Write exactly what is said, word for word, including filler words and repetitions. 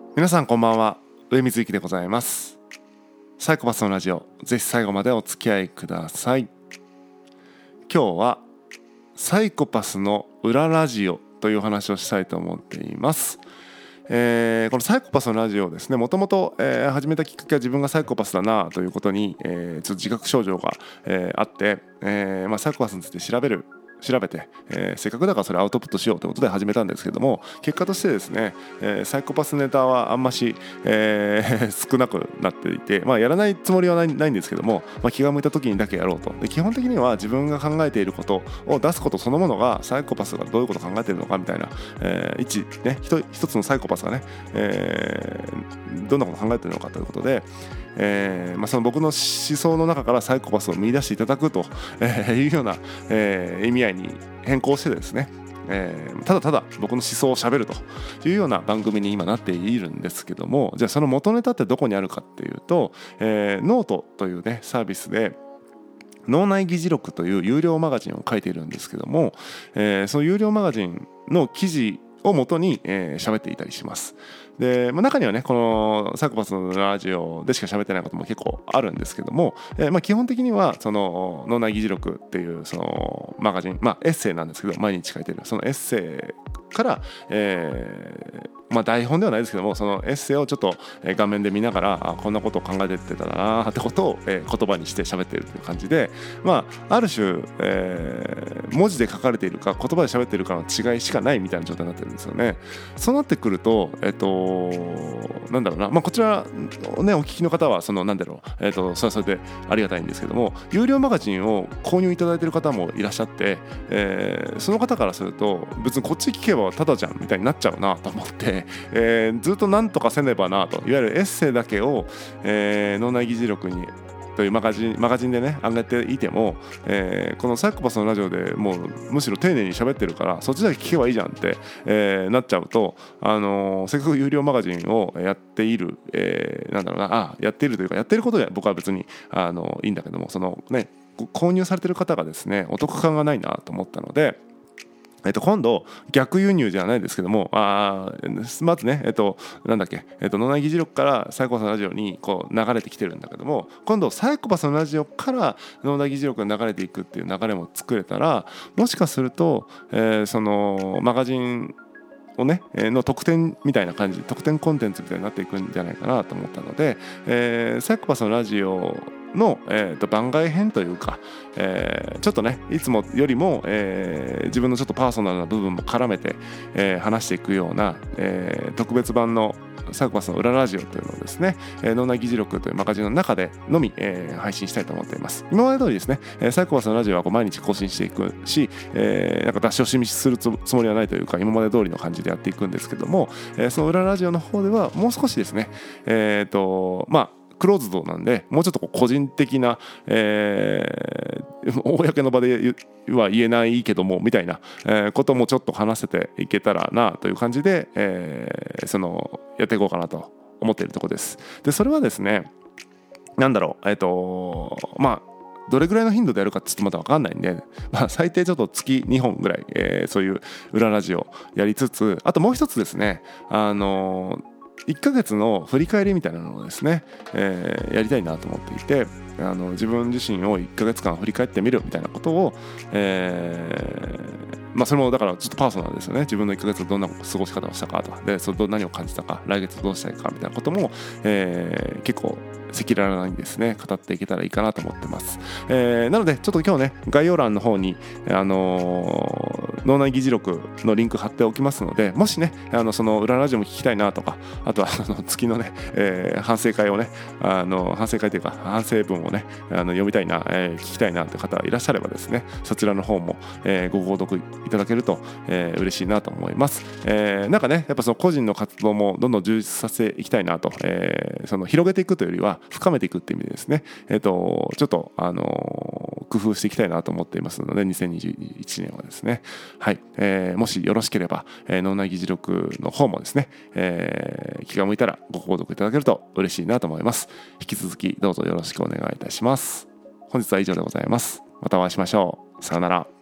皆さんこんばんは、上水幸でございます。サイコパスのラジオ、ぜひ最後までお付き合いください。今日はサイコパスの裏ラジオという話をしたいと思っています。えー、このサイコパスのラジオですね、もともと始めたきっかけは自分がサイコパスだなということに、えー、ちょっと自覚症状が、えー、あって、えーまあ、サイコパスについて調べる調べて、えー、せっかくだからそれアウトプットしようということで始めたんですけども、結果としてですね、えー、サイコパスネタはあんまし、えー、少なくなっていて、まあ、やらないつもりはない、ないんですけども、まあ、気が向いた時にだけやろうと。で基本的には自分が考えていることを出すことそのものがサイコパスがどういうことを考えているのかみたいな、えー、一, ね、一, 一つのサイコパスがね、えー、どんなことを考えているのかということで、えーまあ、その僕の思想の中からサイコパスを見出していただくというような、えー、意味合いに変更してですね、えー、ただただ僕の思想をしゃべるというような番組に今なっているんですけども、じゃあその元ネタってどこにあるかっていうと、えー、ノートというねサービスで脳内議事録という有料マガジンを書いているんですけども、えー、その有料マガジンの記事を元に喋、えー、っていたりします。で、まあ、中にはねこのサイコパスのラジオでしか喋ってないことも結構あるんですけども、えーまあ、基本的にはその脳内議事録っていうそのマガジン、まあ、エッセイなんですけど毎日書いてるそのエッセイから、えーまあ、台本ではないですけどもそのエッセイをちょっと画面で見ながらあこんなことを考えてってたなってことを、えー、言葉にして喋っているという感じで、まあ、ある種、えー、文字で書かれているか言葉で喋っているかの違いしかないみたいな状態になってるんですよね。そうなってくると、えっと、なんだろうな、まあ、こちらをねお聞きの方はそのなんだろう、えっと、それはそれでありがたいんですけども、有料マガジンを購入いただいている方もいらっしゃって、えー、その方からすると別にこっち聞けばただじゃんみたいになっちゃうなと思って、えー、ずっとなんとかせねばなと、いわゆるエッセイだけを、えー、脳内議事録にというマガジン、マガジンでね上げていても、えー、このサイコパスのラジオでもうむしろ丁寧に喋ってるからそっちだけ聞けばいいじゃんって、えー、なっちゃうと、あのー、せっかく有料マガジンをやっている、えー、なんだろうなあやっているというかやってることで僕は別に、あのー、いいんだけども、そのね購入されてる方がですねお得感がないなと思ったので、えっと、今度逆輸入じゃないですけども、あまずね、えっと、なんだっけ、えっと、脳内議事録からサイコパスのラジオにこう流れてきてるんだけども、今度サイコパスのラジオから脳内議事録が流れていくっていう流れも作れたら、もしかすると、えー、そのマガジンをねの特典みたいな感じ、特典コンテンツみたいになっていくんじゃないかなと思ったので、えー、サイコパスのラジオの、えー、と番外編というか、えー、ちょっとねいつもよりも、えー、自分のちょっとパーソナルな部分も絡めて、えー、話していくような、えー、特別版のサイコパスの裏ラジオというのをですね、えー、脳内議事録というマガジンの中でのみ、えー、配信したいと思っています。今まで通りですね、えー、サイコパスのラジオはこう毎日更新していくし、えー、なんか出し惜しみするつもりはないというか今まで通りの感じでやっていくんですけども、えー、その裏ラジオの方ではもう少しですね、えーとまあクローズドなんでもうちょっとこう個人的な、えー、公の場では言えないけどもみたいな、えー、こともちょっと話せていけたらなという感じで、えー、そのやっていこうかなと思っているところです。でそれはですね、なんだろうえっとまあどれぐらいの頻度でやるかちょっとまだ分かんないんで、まあ、最低ちょっと月にほんぐらい、えー、そういう裏ラジオやりつつ、あともう一つですね、あのーいっかげつの振り返りみたいなのをですね、えー、やりたいなと思っていて、あの自分自身をいっかげつかん振り返ってみるみたいなことを、えーまあ、それもだからちょっとパーソナルですよね。自分のいっかげつどんな過ごし方をしたかとかで、それ何を感じたか、来月どうしたいかみたいなことも、えー、結構赤裸々にですね語っていけたらいいかなと思ってます。えー、なのでちょっと今日ね概要欄の方に、あのー、脳内議事録のリンク貼っておきますので、もしねあのその裏ラジオも聞きたいなとか、あとはあの月のね、えー、反省会をねあの反省会というか反省文をねあの読みたいな、えー、聞きたいなという方いらっしゃればですね、そちらの方も、えー、ご購読いただけると、えー、嬉しいなと思います。えー、なんかねやっぱその個人の活動もどんどん充実させていきたいなと、えー、その広げていくというよりは深めていくっていう意味でですね、えー、とちょっとあのー、工夫していきたいなと思っていますので、にせんにじゅういちねんはですね、はい、えー、もしよろしければ、えー、脳内議事録の方もですね、えー、気が向いたらご購読いただけると嬉しいなと思います。引き続きどうぞよろしくお願いいたします。本日は以上でございます。またお会いしましょう。さよなら。